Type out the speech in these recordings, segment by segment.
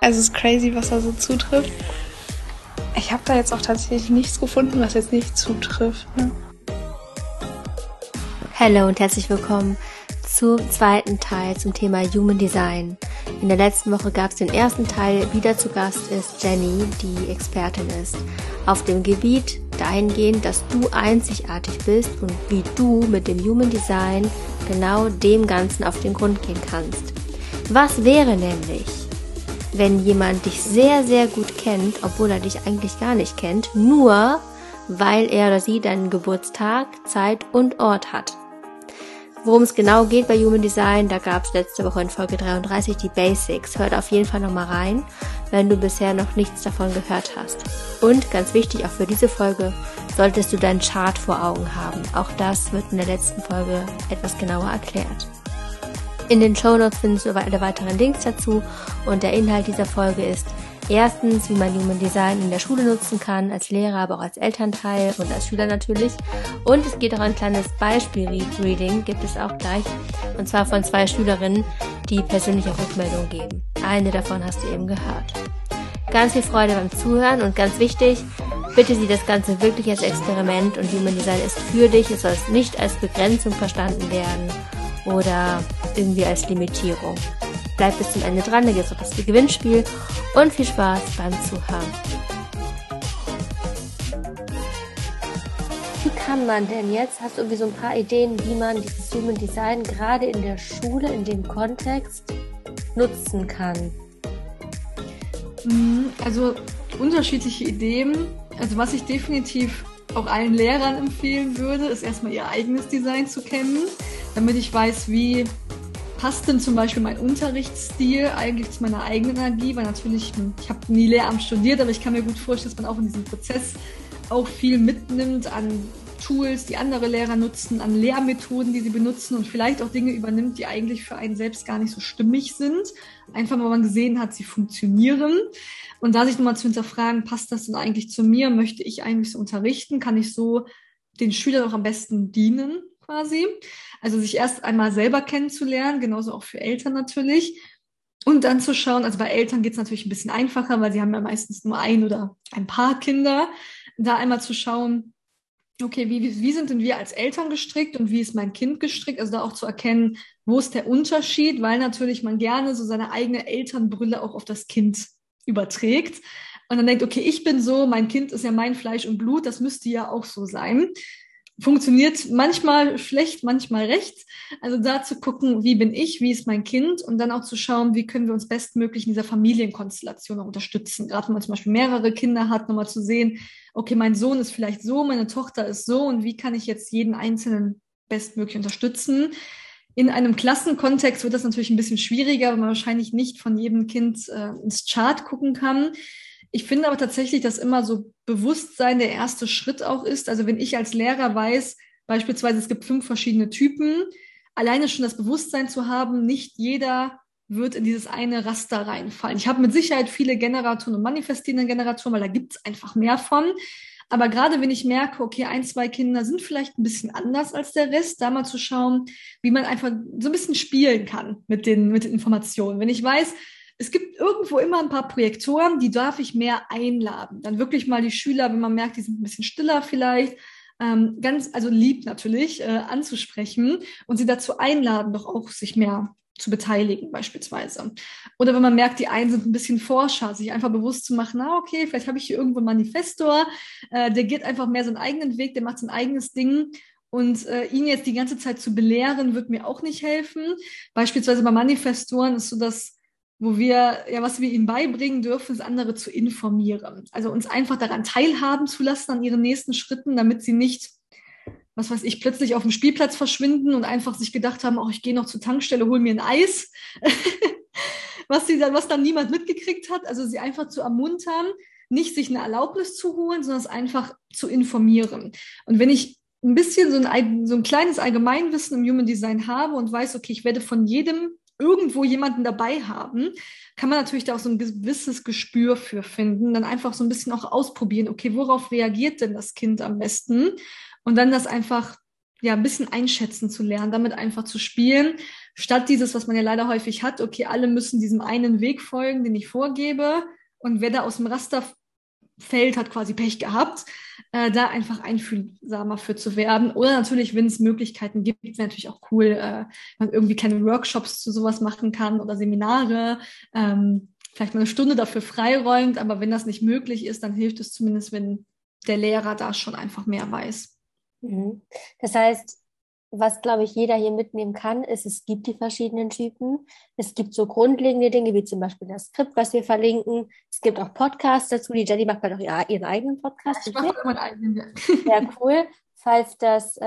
Also es ist crazy, was da so zutrifft. Ich habe da jetzt auch tatsächlich nichts gefunden, was jetzt nicht zutrifft. Ne? Hallo und herzlich willkommen zum zweiten Teil zum Thema Human Design. In der letzten Woche gab es den ersten Teil. Wieder zu Gast ist Jenny, die Expertin ist auf dem Gebiet dahingehend, dass du einzigartig bist und wie du mit dem Human Design genau dem Ganzen auf den Grund gehen kannst. Was wäre nämlich, wenn jemand dich sehr, sehr gut kennt, obwohl er dich eigentlich gar nicht kennt, nur weil er oder sie deinen Geburtstag, Zeit und Ort hat? Worum es genau geht bei Human Design, da gab es letzte Woche in Folge 33 die Basics. Hört auf jeden Fall nochmal rein, wenn du bisher noch nichts davon gehört hast. Und ganz wichtig, auch für diese Folge, solltest du deinen Chart vor Augen haben. Auch das wird in der letzten Folge etwas genauer erklärt. In den Shownotes findest du alle weiteren Links dazu und der Inhalt dieser Folge ist erstens, wie man Human Design in der Schule nutzen kann, als Lehrer, aber auch als Elternteil und als Schüler natürlich. Und es geht auch ein kleines Beispiel-Reading, gibt es auch gleich, und zwar von 2 Schülerinnen, die persönliche Rückmeldung geben. Eine davon hast du eben gehört. Ganz viel Freude beim Zuhören und ganz wichtig, bitte sieh das Ganze wirklich als Experiment und Human Design ist für dich, es soll nicht als Begrenzung verstanden werden oder irgendwie als Limitierung. Bleib bis zum Ende dran, da gibt es auch das Gewinnspiel und viel Spaß beim Zuhören. Wie kann man denn jetzt, hast du irgendwie so ein paar Ideen, wie man dieses Human Design gerade in der Schule, in dem Kontext nutzen kann? Also unterschiedliche Ideen. Also was ich definitiv auch allen Lehrern empfehlen würde, ist erstmal ihr eigenes Design zu kennen, damit ich weiß, wie passt denn zum Beispiel mein Unterrichtsstil eigentlich zu meiner eigenen Energie, weil natürlich, ich habe nie Lehramt studiert, aber ich kann mir gut vorstellen, dass man auch in diesem Prozess auch viel mitnimmt an Tools, die andere Lehrer nutzen, an Lehrmethoden, die sie benutzen und vielleicht auch Dinge übernimmt, die eigentlich für einen selbst gar nicht so stimmig sind. Einfach weil man gesehen hat, sie funktionieren. Und da sich nochmal zu hinterfragen, passt das denn eigentlich zu mir? Möchte ich eigentlich so unterrichten? Kann ich so den Schülern auch am besten dienen quasi? Also sich erst einmal selber kennenzulernen, genauso auch für Eltern natürlich. Und dann zu schauen, also bei Eltern geht es natürlich ein bisschen einfacher, weil sie haben ja meistens nur ein oder ein paar Kinder. Da einmal zu schauen, okay, wie sind denn wir als Eltern gestrickt und wie ist mein Kind gestrickt? Also da auch zu erkennen, wo ist der Unterschied, weil natürlich man gerne so seine eigene Elternbrille auch auf das Kind überträgt. Und dann denkt, okay, ich bin so, mein Kind ist ja mein Fleisch und Blut, das müsste ja auch so sein. Funktioniert manchmal schlecht, manchmal recht. Also da zu gucken, wie bin ich, wie ist mein Kind und dann auch zu schauen, wie können wir uns bestmöglich in dieser Familienkonstellation auch unterstützen. Gerade wenn man zum Beispiel mehrere Kinder hat, nochmal zu sehen, okay, mein Sohn ist vielleicht so, meine Tochter ist so und wie kann ich jetzt jeden Einzelnen bestmöglich unterstützen. In einem Klassenkontext wird das natürlich ein bisschen schwieriger, weil man wahrscheinlich nicht von jedem Kind ins Chart gucken kann. Ich finde aber tatsächlich, dass immer so Bewusstsein der erste Schritt auch ist. Also wenn ich als Lehrer weiß, beispielsweise es gibt 5 verschiedene Typen, alleine schon das Bewusstsein zu haben, nicht jeder wird in dieses eine Raster reinfallen. Ich habe mit Sicherheit viele Generatoren und manifestierende Generatoren, weil da gibt es einfach mehr von. Aber gerade wenn ich merke, okay, 1, 2 Kinder sind vielleicht ein bisschen anders als der Rest, da mal zu schauen, wie man einfach so ein bisschen spielen kann mit den Informationen. Wenn ich weiß, es gibt irgendwo immer ein paar Projektoren, die darf ich mehr einladen. Dann wirklich mal die Schüler, wenn man merkt, die sind ein bisschen stiller vielleicht, also lieb natürlich, anzusprechen und sie dazu einladen, doch auch sich mehr zu beteiligen beispielsweise. Oder wenn man merkt, die einen sind ein bisschen Forscher, sich einfach bewusst zu machen, okay, vielleicht habe ich hier irgendwo einen Manifestor, der geht einfach mehr seinen eigenen Weg, der macht sein eigenes Ding. Und ihn jetzt die ganze Zeit zu belehren, wird mir auch nicht helfen. Beispielsweise bei Manifestoren ist so das, wo wir, ja, was wir ihnen beibringen dürfen, ist andere zu informieren. Also uns einfach daran teilhaben zu lassen an ihren nächsten Schritten, damit sie nicht, was weiß ich, plötzlich auf dem Spielplatz verschwinden und einfach sich gedacht haben, ich gehe noch zur Tankstelle, hol mir ein Eis, was dann niemand mitgekriegt hat. Also sie einfach zu ermuntern, nicht sich eine Erlaubnis zu holen, sondern es einfach zu informieren. Und wenn ich ein bisschen so ein kleines Allgemeinwissen im Human Design habe und weiß, okay, ich werde von jedem irgendwo jemanden dabei haben, kann man natürlich da auch so ein gewisses Gespür für finden, dann einfach so ein bisschen auch ausprobieren, okay, worauf reagiert denn das Kind am besten? Und dann das einfach ja, ein bisschen einschätzen zu lernen, damit einfach zu spielen, statt dieses, was man ja leider häufig hat, okay, alle müssen diesem einen Weg folgen, den ich vorgebe, und wer da aus dem Raster fällt, hat quasi Pech gehabt, da einfach einfühlsamer für zu werden. Oder natürlich, wenn es Möglichkeiten gibt, wäre natürlich auch cool, wenn man irgendwie kleine Workshops zu sowas machen kann oder Seminare, vielleicht mal eine Stunde dafür freiräumt, aber wenn das nicht möglich ist, dann hilft es zumindest, wenn der Lehrer da schon einfach mehr weiß. Mhm. Das heißt, was, glaube ich, jeder hier mitnehmen kann, ist, es gibt die verschiedenen Typen. Es gibt so grundlegende Dinge, wie zum Beispiel das Skript, was wir verlinken. Es gibt auch Podcasts dazu. Die Jenny macht bald auch ihren eigenen Podcast. Ich mache auch meinen eigenen. Ja. Sehr cool. Falls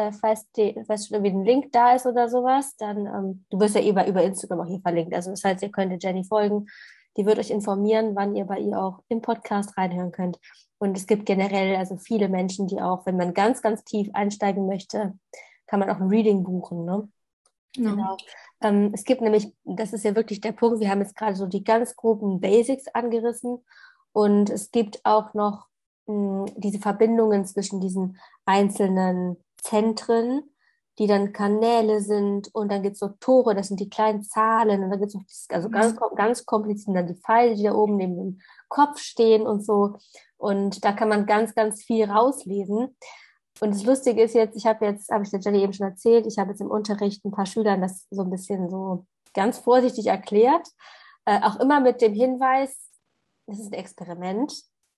schon irgendwie ein Link da ist oder sowas, dann, du wirst ja eh über Instagram auch hier verlinkt. Also das heißt, ihr könnt der Jenny folgen. Die wird euch informieren, wann ihr bei ihr auch im Podcast reinhören könnt. Und es gibt generell also viele Menschen, die auch, wenn man ganz, ganz tief einsteigen möchte, kann man auch ein Reading buchen, ne? Genau. Es gibt nämlich, das ist ja wirklich der Punkt, wir haben jetzt gerade so die ganz groben Basics angerissen, und es gibt auch noch diese Verbindungen zwischen diesen einzelnen Zentren, die dann Kanäle sind, und dann gibt es so Tore, das sind die kleinen Zahlen, und dann gibt es noch also ganz kompliziert dann die Pfeile, die da oben neben dem Kopf stehen und so, und da kann man ganz, ganz viel rauslesen. Und das Lustige ist jetzt, habe ich der Jenny eben schon erzählt, ich habe jetzt im Unterricht ein paar Schülern das so ein bisschen so ganz vorsichtig erklärt, auch immer mit dem Hinweis, es ist ein Experiment.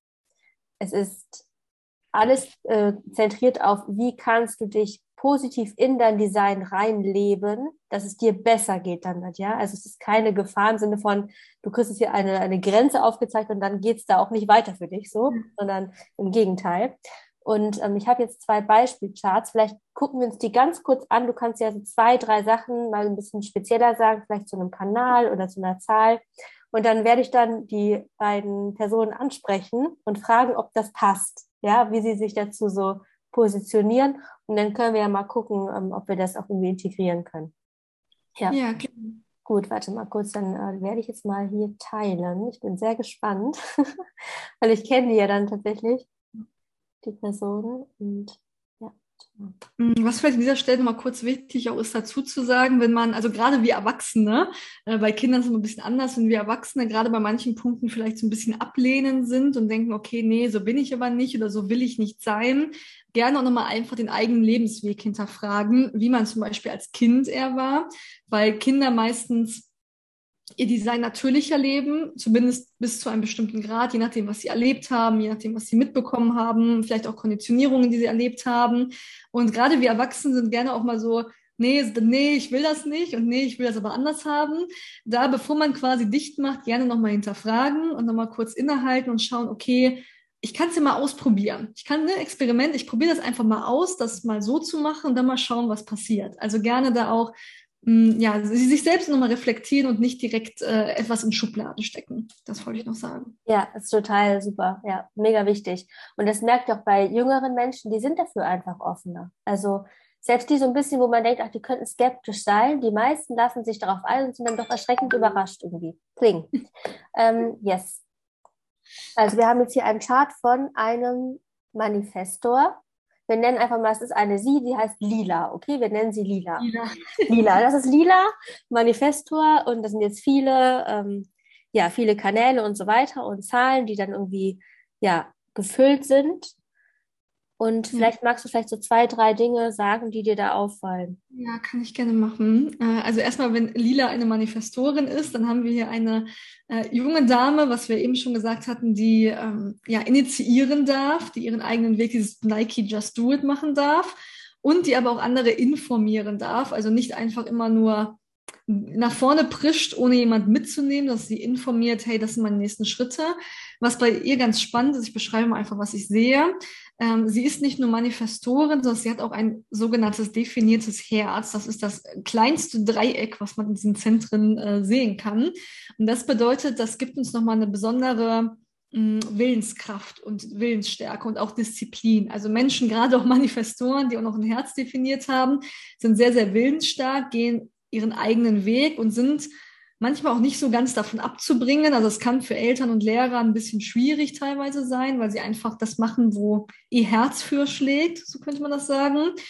Es ist alles zentriert auf, wie kannst du dich positiv in dein Design reinleben, dass es dir besser geht damit, ja. Also es ist keine Gefahr im Sinne von, du kriegst jetzt hier eine Grenze aufgezeigt und dann geht es da auch nicht weiter für dich so, sondern im Gegenteil. Und ich habe jetzt 2 Beispielcharts. Vielleicht gucken wir uns die ganz kurz an. Du kannst ja so 2, 3 Sachen mal ein bisschen spezieller sagen, vielleicht zu einem Kanal oder zu einer Zahl. Und dann werde ich dann die beiden Personen ansprechen und fragen, ob das passt. Ja, wie sie sich dazu so positionieren. Und dann können wir ja mal gucken, ob wir das auch irgendwie integrieren können. Ja, Ja, okay. Gut, warte mal kurz. Dann werde ich jetzt mal hier teilen. Ich bin sehr gespannt, weil ich kenne die ja dann tatsächlich, die Personen. Und ja. Was vielleicht an dieser Stelle mal kurz wichtig auch ist, dazu zu sagen, wenn man, also gerade wir Erwachsene, bei Kindern ist es immer ein bisschen anders, wenn wir Erwachsene gerade bei manchen Punkten vielleicht so ein bisschen ablehnend sind und denken, okay, nee, so bin ich aber nicht oder so will ich nicht sein, gerne auch nochmal einfach den eigenen Lebensweg hinterfragen, wie man zum Beispiel als Kind eher war, weil Kinder meistens ihr Design natürlicher leben, zumindest bis zu einem bestimmten Grad, je nachdem, was sie erlebt haben, je nachdem, was sie mitbekommen haben, vielleicht auch Konditionierungen, die sie erlebt haben. Und gerade wir Erwachsenen sind gerne auch mal so, nee, ich will das nicht und nee, ich will das aber anders haben. Da, bevor man quasi dicht macht, gerne nochmal hinterfragen und nochmal kurz innehalten und schauen, okay, ich kann es ja mal ausprobieren. Ich kann, ne, Experiment, ich probiere das einfach mal aus, das mal so zu machen und dann mal schauen, was passiert. Also gerne da auch ja, sich selbst nochmal reflektieren und nicht direkt etwas in Schubladen stecken. Das wollte ich noch sagen. Ja, ist total super. Ja, mega wichtig. Und das merkt ihr auch bei jüngeren Menschen, die sind dafür einfach offener. Also selbst die so ein bisschen, wo man denkt, ach, die könnten skeptisch sein, die meisten lassen sich darauf ein und sind dann doch erschreckend überrascht irgendwie. Kling. Yes. Also wir haben jetzt hier einen Chart von einem Manifestor. Wir nennen einfach mal, es ist eine sie heißt Lila, okay? Wir nennen sie Lila. Lila, das ist Lila, Manifestor, und das sind jetzt viele Kanäle und so weiter und Zahlen, die dann irgendwie, ja, gefüllt sind. Und vielleicht magst du vielleicht so 2, 3 Dinge sagen, die dir da auffallen. Ja, kann ich gerne machen. Also erstmal, wenn Lila eine Manifestorin ist, dann haben wir hier eine junge Dame, was wir eben schon gesagt hatten, die ja initiieren darf, die ihren eigenen Weg, dieses Nike Just Do It machen darf und die aber auch andere informieren darf. Also nicht einfach immer nur nach vorne prischt, ohne jemand mitzunehmen, dass sie informiert, hey, das sind meine nächsten Schritte. Was bei ihr ganz spannend ist, ich beschreibe mal einfach, was ich sehe. Sie ist nicht nur Manifestorin, sondern sie hat auch ein sogenanntes definiertes Herz. Das ist das kleinste Dreieck, was man in diesen Zentren sehen kann. Und das bedeutet, das gibt uns nochmal eine besondere Willenskraft und Willensstärke und auch Disziplin. Also Menschen, gerade auch Manifestoren, die auch noch ein Herz definiert haben, sind sehr, sehr willensstark, gehen ihren eigenen Weg und sind manchmal auch nicht so ganz davon abzubringen. Also es kann für Eltern und Lehrer ein bisschen schwierig teilweise sein, weil sie einfach das machen, wo ihr Herz für schlägt, so könnte man das sagen.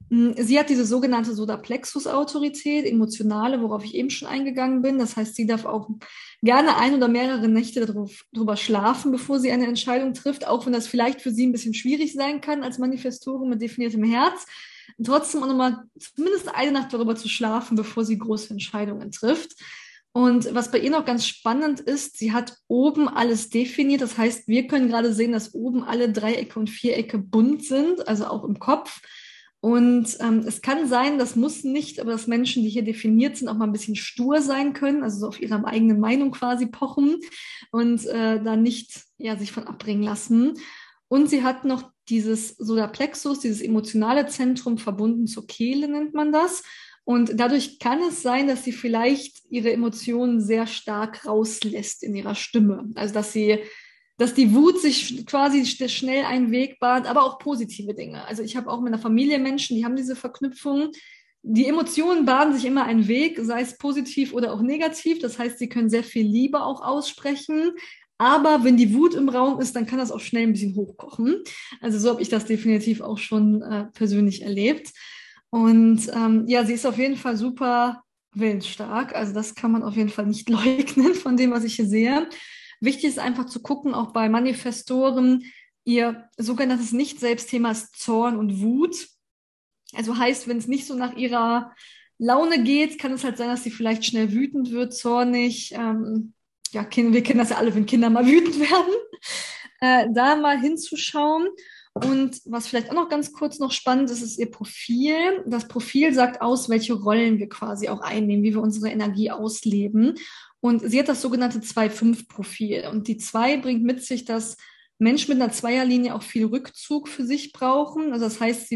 Sie hat diese sogenannte Solarplexus-Autorität, emotionale, worauf ich eben schon eingegangen bin. Das heißt, sie darf auch gerne ein oder mehrere Nächte drüber schlafen, bevor sie eine Entscheidung trifft, auch wenn das vielleicht für sie ein bisschen schwierig sein kann als Manifestorin mit definiertem Herz. Trotzdem auch nochmal zumindest eine Nacht darüber zu schlafen, bevor sie große Entscheidungen trifft. Und was bei ihr noch ganz spannend ist, sie hat oben alles definiert. Das heißt, wir können gerade sehen, dass oben alle Dreiecke und Vierecke bunt sind, also auch im Kopf. Und es kann sein, das muss nicht, aber dass Menschen, die hier definiert sind, auch mal ein bisschen stur sein können, also so auf ihrer eigenen Meinung quasi pochen und da nicht sich von abbringen lassen. Und sie hat noch dieses Solarplexus, dieses emotionale Zentrum verbunden zur Kehle, nennt man das. Und dadurch kann es sein, dass sie vielleicht ihre Emotionen sehr stark rauslässt in ihrer Stimme. Also dass die Wut sich quasi schnell einen Weg bahnt, aber auch positive Dinge. Also ich habe auch in meiner Familie Menschen, die haben diese Verknüpfung. Die Emotionen bahnen sich immer einen Weg, sei es positiv oder auch negativ. Das heißt, sie können sehr viel Liebe auch aussprechen. Aber wenn die Wut im Raum ist, dann kann das auch schnell ein bisschen hochkochen. Also so habe ich das definitiv auch schon persönlich erlebt. Und sie ist auf jeden Fall super willensstark. Also das kann man auf jeden Fall nicht leugnen von dem, was ich hier sehe. Wichtig ist einfach zu gucken, auch bei Manifestoren, ihr sogenanntes Nicht-Selbstthema ist Zorn und Wut. Also heißt, wenn es nicht so nach ihrer Laune geht, kann es halt sein, dass sie vielleicht schnell wütend wird, zornig. Wir kennen das ja alle, wenn Kinder mal wütend werden. Da mal hinzuschauen. Und was vielleicht auch noch ganz kurz noch spannend ist, ist ihr Profil. Das Profil sagt aus, welche Rollen wir quasi auch einnehmen, wie wir unsere Energie ausleben. Und sie hat das sogenannte 2-5-Profil. Und die 2 bringt mit sich, dass Menschen mit einer Zweierlinie auch viel Rückzug für sich brauchen. Also das heißt,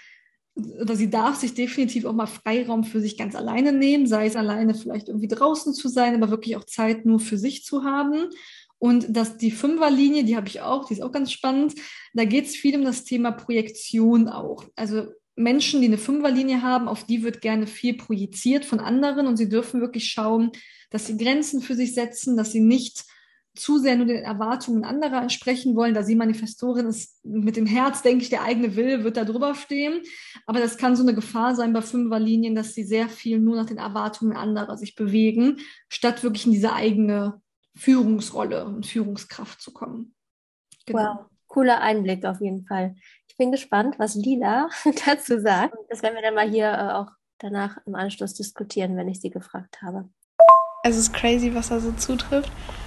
sie darf sich definitiv auch mal Freiraum für sich ganz alleine nehmen, sei es alleine vielleicht irgendwie draußen zu sein, aber wirklich auch Zeit nur für sich zu haben. Und die 5er-Linie, die habe ich auch, die ist auch ganz spannend. Da geht es viel um das Thema Projektion auch. Also Menschen, die eine 5er-Linie haben, auf die wird gerne viel projiziert von anderen und sie dürfen wirklich schauen, dass sie Grenzen für sich setzen, dass sie nicht zu sehr nur den Erwartungen anderer entsprechen wollen. Da sie Manifestorin ist, mit dem Herz, denke ich, der eigene Wille wird da drüber stehen. Aber das kann so eine Gefahr sein bei 5er-Linien, dass sie sehr viel nur nach den Erwartungen anderer sich bewegen, statt wirklich in diese eigene Führungsrolle und Führungskraft zu kommen. Genau. Wow, cooler Einblick auf jeden Fall. Ich bin gespannt, was Lila dazu sagt. Das werden wir dann mal hier auch danach im Anschluss diskutieren, wenn ich sie gefragt habe. Es ist crazy, was da so zutrifft.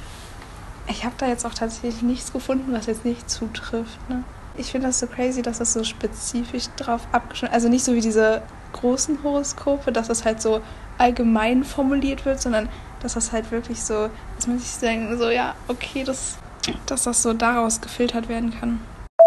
Ich habe da jetzt auch tatsächlich nichts gefunden, was jetzt nicht zutrifft. Ne? Ich finde das so crazy, dass das so spezifisch drauf abgestimmt ist. Also nicht so wie diese großen Horoskope, dass das halt so allgemein formuliert wird, sondern dass das halt wirklich so, dass man sich denkt, so ja, okay, dass das so daraus gefiltert werden kann.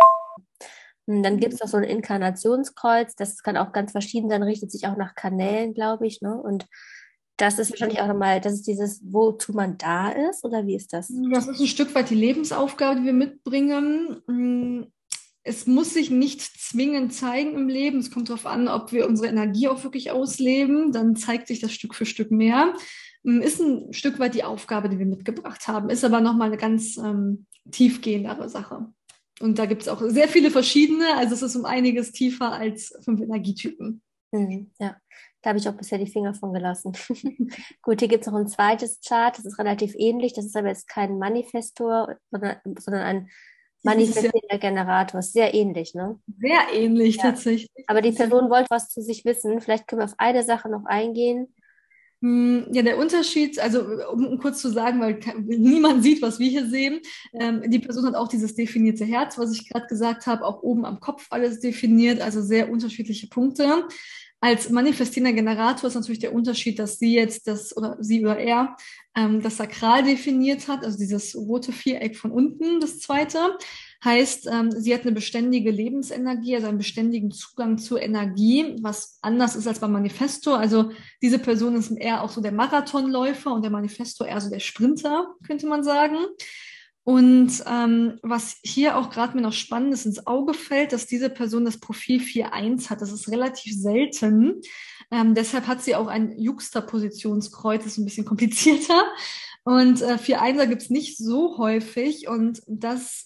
Und dann gibt es noch so ein Inkarnationskreuz, das kann auch ganz verschieden sein, richtet sich auch nach Kanälen, glaube ich, ne? Und das ist wahrscheinlich auch nochmal, das ist dieses, wozu man da ist, oder wie ist das? Das ist ein Stück weit die Lebensaufgabe, die wir mitbringen. Es muss sich nicht zwingend zeigen im Leben. Es kommt darauf an, ob wir unsere Energie auch wirklich ausleben. Dann zeigt sich das Stück für Stück mehr. Ist ein Stück weit die Aufgabe, die wir mitgebracht haben. Ist aber nochmal eine ganz tiefgehendere Sache. Und da gibt es auch sehr viele verschiedene. Also es ist um einiges tiefer als 5 Energietypen. Ja, da habe ich auch bisher die Finger von gelassen. Gut, hier gibt es noch ein zweites Chart. Das ist relativ ähnlich. Das ist aber jetzt kein Manifestor, sondern ein manifestierender Generator. Ist sehr ähnlich, ne? Sehr ähnlich, tatsächlich. Aber die Person wollte was zu sich wissen. Vielleicht können wir auf eine Sache noch eingehen. Ja, der Unterschied, also um kurz zu sagen, weil niemand sieht, was wir hier sehen, die Person hat auch dieses definierte Herz, was ich gerade gesagt habe, auch oben am Kopf alles definiert, also sehr unterschiedliche Punkte. Als manifestierender Generator ist natürlich der Unterschied, dass sie oder er das Sakral definiert hat, also dieses rote Viereck von unten, das zweite. Heißt, sie hat eine beständige Lebensenergie, also einen beständigen Zugang zur Energie, was anders ist als beim Manifesto. Also diese Person ist eher auch so der Marathonläufer und der Manifesto eher so der Sprinter, könnte man sagen. Und was hier auch gerade mir noch Spannendes ins Auge fällt, dass diese Person das Profil 4-1 hat. Das ist relativ selten. Deshalb hat sie auch ein Juxtapositionskreuz, das ist ein bisschen komplizierter. Und 4-1er gibt es nicht so häufig. Und das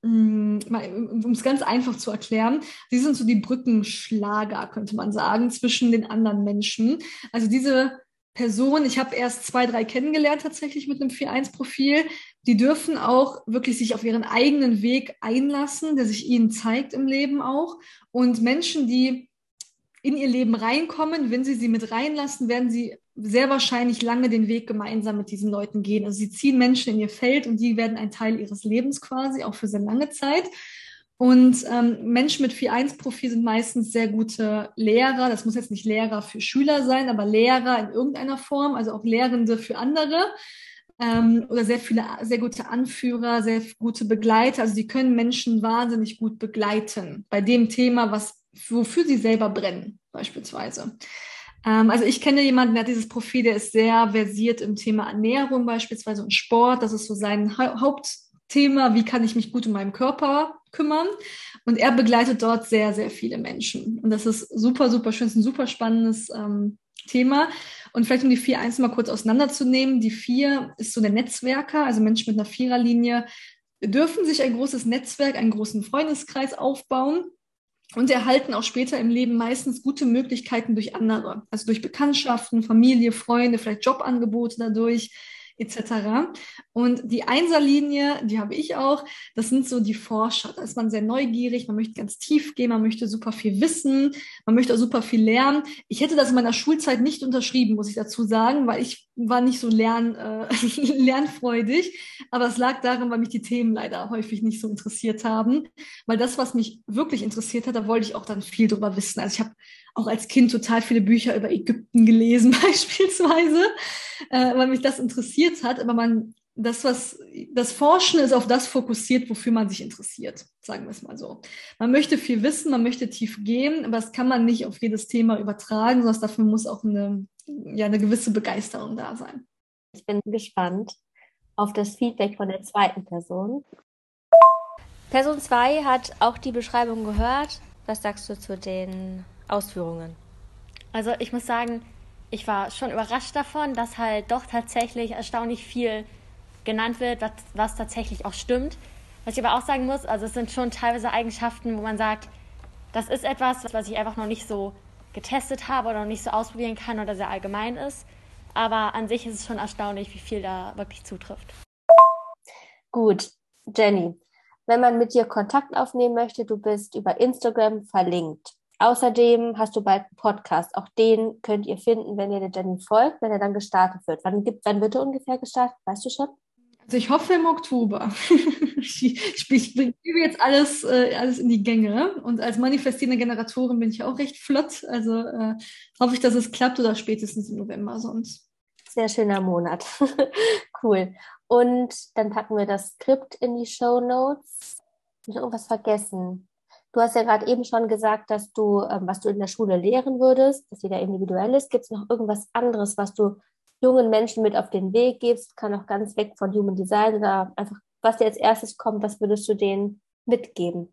um es ganz einfach zu erklären, die sind so die Brückenschlager, könnte man sagen, zwischen den anderen Menschen. Also diese Person, ich habe erst 2, 3 kennengelernt tatsächlich mit einem 4-1-Profil, die dürfen auch wirklich sich auf ihren eigenen Weg einlassen, der sich ihnen zeigt im Leben auch. Und Menschen, die in ihr Leben reinkommen, wenn sie mit reinlassen, werden sie sehr wahrscheinlich lange den Weg gemeinsam mit diesen Leuten gehen. Also sie ziehen Menschen in ihr Feld und die werden ein Teil ihres Lebens quasi, auch für sehr lange Zeit. Und Menschen mit 4-1-Profil sind meistens sehr gute Lehrer. Das muss jetzt nicht Lehrer für Schüler sein, aber Lehrer in irgendeiner Form, also auch Lehrende für andere. Oder sehr gute Anführer, sehr gute Begleiter. Also die können Menschen wahnsinnig gut begleiten bei dem Thema, wofür sie selber brennen, beispielsweise. Also ich kenne jemanden, der hat dieses Profil, der ist sehr versiert im Thema Ernährung beispielsweise und Sport. Das ist so sein Hauptthema. Wie kann ich mich gut um meinen Körper kümmern? Und er begleitet dort sehr, sehr viele Menschen. Und das ist super, super schön. Das ist ein super spannendes Thema. Und vielleicht um die 4-1 mal kurz auseinanderzunehmen. Die 4 ist so der Netzwerker, also Menschen mit einer 4er-Linie dürfen sich ein großes Netzwerk, einen großen Freundeskreis aufbauen und erhalten auch später im Leben meistens gute Möglichkeiten durch andere, also durch Bekanntschaften, Familie, Freunde, vielleicht Jobangebote dadurch, etc. Und die 1er-Linie, die habe ich auch, das sind so die Forscher. Da ist man sehr neugierig, man möchte ganz tief gehen, man möchte super viel wissen, man möchte auch super viel lernen. Ich hätte das in meiner Schulzeit nicht unterschrieben, muss ich dazu sagen, weil ich war nicht so lernfreudig. Aber es lag daran, weil mich die Themen leider häufig nicht so interessiert haben. Weil das, was mich wirklich interessiert hat, da wollte ich auch dann viel drüber wissen. Also ich habe auch als Kind total viele Bücher über Ägypten gelesen beispielsweise, weil mich das interessiert hat. Aber das Forschen ist auf das fokussiert, wofür man sich interessiert, sagen wir es mal so. Man möchte viel wissen, man möchte tief gehen, aber das kann man nicht auf jedes Thema übertragen, sondern dafür muss auch eine gewisse Begeisterung da sein. Ich bin gespannt auf das Feedback von der zweiten Person. Person 2 hat auch die Beschreibung gehört. Was sagst du zu den Ausführungen? Also ich muss sagen, ich war schon überrascht davon, dass halt doch tatsächlich erstaunlich viel genannt wird, was tatsächlich auch stimmt. Was ich aber auch sagen muss, also es sind schon teilweise Eigenschaften, wo man sagt, das ist etwas, was ich einfach noch nicht so getestet habe oder noch nicht so ausprobieren kann oder sehr allgemein ist. Aber an sich ist es schon erstaunlich, wie viel da wirklich zutrifft. Gut, Jenny, wenn man mit dir Kontakt aufnehmen möchte, du bist über Instagram verlinkt. Außerdem hast du bald einen Podcast. Auch den könnt ihr finden, wenn ihr der Jenny folgt, wenn er dann gestartet wird. Wann wird er ungefähr gestartet? Weißt du schon? Also ich hoffe im Oktober. Ich gebe jetzt alles in die Gänge. Und als manifestierende Generatorin bin ich auch recht flott. Also hoffe ich, dass es klappt oder spätestens im November sonst. Sehr schöner Monat. Cool. Und dann packen wir das Skript in die Shownotes. Habe ich irgendwas vergessen? Du hast ja gerade eben schon gesagt, dass du, was du in der Schule lehren würdest, dass jeder individuell ist. Gibt es noch irgendwas anderes, was du jungen Menschen mit auf den Weg gibst? Kann auch ganz weg von Human Design oder einfach, was dir als erstes kommt, was würdest du denen mitgeben?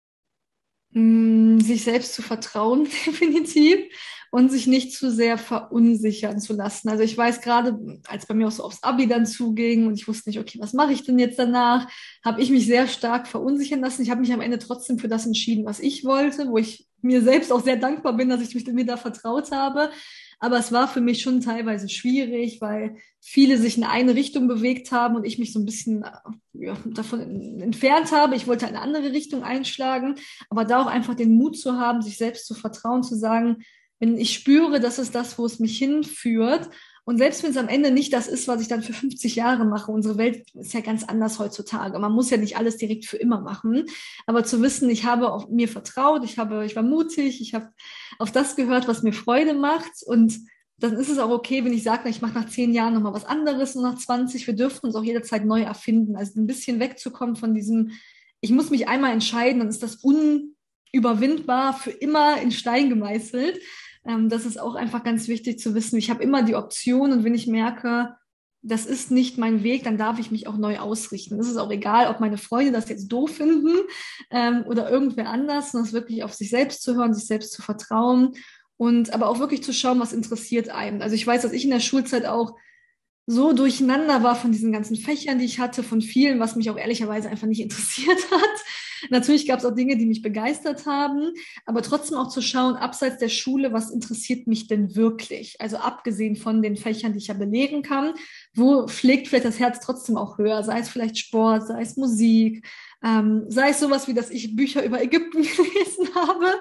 Sich selbst zu vertrauen, definitiv, und sich nicht zu sehr verunsichern zu lassen. Also ich weiß gerade, als bei mir auch so aufs Abi dann zuging und ich wusste nicht, okay, was mache ich denn jetzt danach, habe ich mich sehr stark verunsichern lassen. Ich habe mich am Ende trotzdem für das entschieden, was ich wollte, wo ich mir selbst auch sehr dankbar bin, dass ich mir da vertraut habe. Aber es war für mich schon teilweise schwierig, weil viele sich in eine Richtung bewegt haben und ich mich so ein bisschen davon entfernt habe. Ich wollte eine andere Richtung einschlagen, aber da auch einfach den Mut zu haben, sich selbst zu vertrauen, zu sagen, wenn ich spüre, das ist das, wo es mich hinführt. Und selbst wenn es am Ende nicht das ist, was ich dann für 50 Jahre mache, unsere Welt ist ja ganz anders heutzutage. Man muss ja nicht alles direkt für immer machen. Aber zu wissen, ich habe auf mir vertraut, ich war mutig, ich habe auf das gehört, was mir Freude macht. Und dann ist es auch okay, wenn ich sage, ich mache nach 10 Jahren nochmal was anderes und nach 20. Wir dürfen uns auch jederzeit neu erfinden. Also ein bisschen wegzukommen von diesem, ich muss mich einmal entscheiden, dann ist das unüberwindbar, für immer in Stein gemeißelt. Das ist auch einfach ganz wichtig zu wissen. Ich habe immer die Option und wenn ich merke, das ist nicht mein Weg, dann darf ich mich auch neu ausrichten. Es ist auch egal, ob meine Freunde das jetzt doof finden oder irgendwer anders, sondern es wirklich auf sich selbst zu hören, sich selbst zu vertrauen und aber auch wirklich zu schauen, was interessiert einen. Also ich weiß, dass ich in der Schulzeit auch so durcheinander war von diesen ganzen Fächern, die ich hatte, von vielen, was mich auch ehrlicherweise einfach nicht interessiert hat. Natürlich gab es auch Dinge, die mich begeistert haben, aber trotzdem auch zu schauen, abseits der Schule, was interessiert mich denn wirklich? Also abgesehen von den Fächern, die ich ja belegen kann, wo schlägt vielleicht das Herz trotzdem auch höher? Sei es vielleicht Sport, sei es Musik, sei es sowas wie, dass ich Bücher über Ägypten gelesen habe.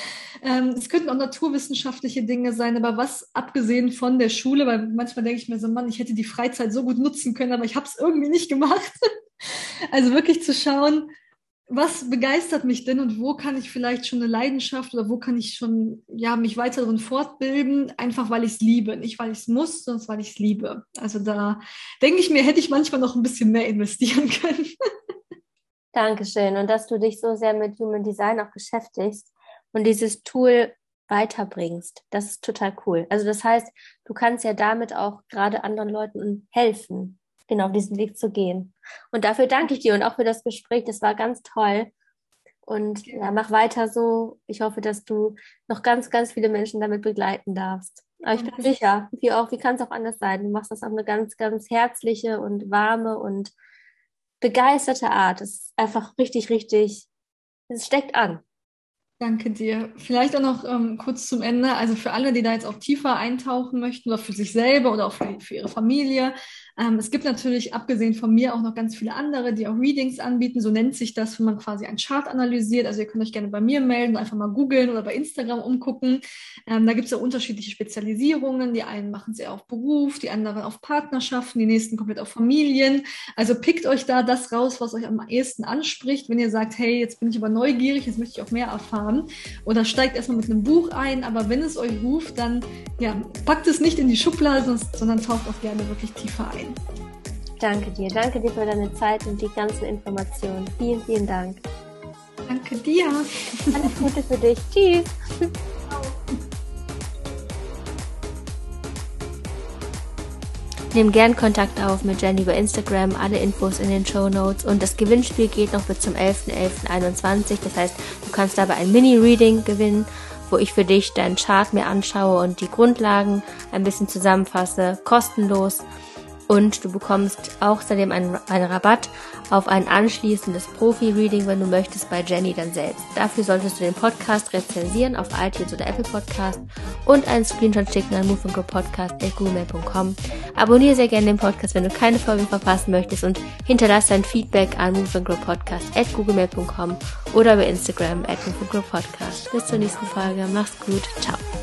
Es könnten auch naturwissenschaftliche Dinge sein, aber was abgesehen von der Schule, weil manchmal denke ich mir so, Mann, ich hätte die Freizeit so gut nutzen können, aber ich habe es irgendwie nicht gemacht. Also wirklich zu schauen, was begeistert mich denn und wo kann ich vielleicht schon eine Leidenschaft oder wo kann ich schon mich weiter darin fortbilden, einfach weil ich es liebe, nicht weil ich es muss, sondern weil ich es liebe. Also da denke ich mir, hätte ich manchmal noch ein bisschen mehr investieren können. Dankeschön. Und dass du dich so sehr mit Human Design auch beschäftigst und dieses Tool weiterbringst. Das ist total cool. Also das heißt, du kannst ja damit auch gerade anderen Leuten helfen, genau diesen Weg zu gehen. Und dafür danke ich dir und auch für das Gespräch. Das war ganz toll. Und ja, mach weiter so. Ich hoffe, dass du noch ganz, ganz viele Menschen damit begleiten darfst. Aber ich bin sicher, wie kann es auch anders sein? Du machst das auf eine ganz, ganz herzliche und warme und begeisterte Art. Es ist einfach richtig, richtig, es steckt an. Danke dir. Vielleicht auch noch kurz zum Ende. Also für alle, die da jetzt auch tiefer eintauchen möchten oder für sich selber oder auch für ihre Familie. Es gibt natürlich, abgesehen von mir, auch noch ganz viele andere, die auch Readings anbieten. So nennt sich das, wenn man quasi einen Chart analysiert. Also ihr könnt euch gerne bei mir melden, einfach mal googeln oder bei Instagram umgucken. Da gibt es ja unterschiedliche Spezialisierungen. Die einen machen es eher auf Beruf, die anderen auf Partnerschaften, die nächsten komplett auf Familien. Also pickt euch da das raus, was euch am ehesten anspricht. Wenn ihr sagt, hey, jetzt bin ich aber neugierig, jetzt möchte ich auch mehr erfahren. Oder steigt erstmal mit einem Buch ein, aber wenn es euch ruft, dann packt es nicht in die Schublade, sondern taucht auch gerne wirklich tiefer ein. Danke dir für deine Zeit und die ganzen Informationen. Vielen, vielen Dank. Danke dir. Alles Gute für dich. Tschüss. Nimm gern Kontakt auf mit Jenny über Instagram, alle Infos in den Shownotes und das Gewinnspiel geht noch bis zum 11.11.21. Das heißt, du kannst dabei ein Mini-Reading gewinnen, wo ich für dich deinen Chart mir anschaue und die Grundlagen ein bisschen zusammenfasse, kostenlos. Und du bekommst außerdem einen Rabatt auf ein anschließendes Profi-Reading, wenn du möchtest, bei Jenny dann selbst. Dafür solltest du den Podcast rezensieren auf iTunes oder Apple Podcast und einen Screenshot schicken an moveandgrowpodcast@googlemail.com. Abonniere sehr gerne den Podcast, wenn du keine Folge verpassen möchtest und hinterlasse dein Feedback an moveandgrowpodcast@googlemail.com oder bei Instagram @moveandgrowpodcast. Bis zur nächsten Folge. Mach's gut. Ciao.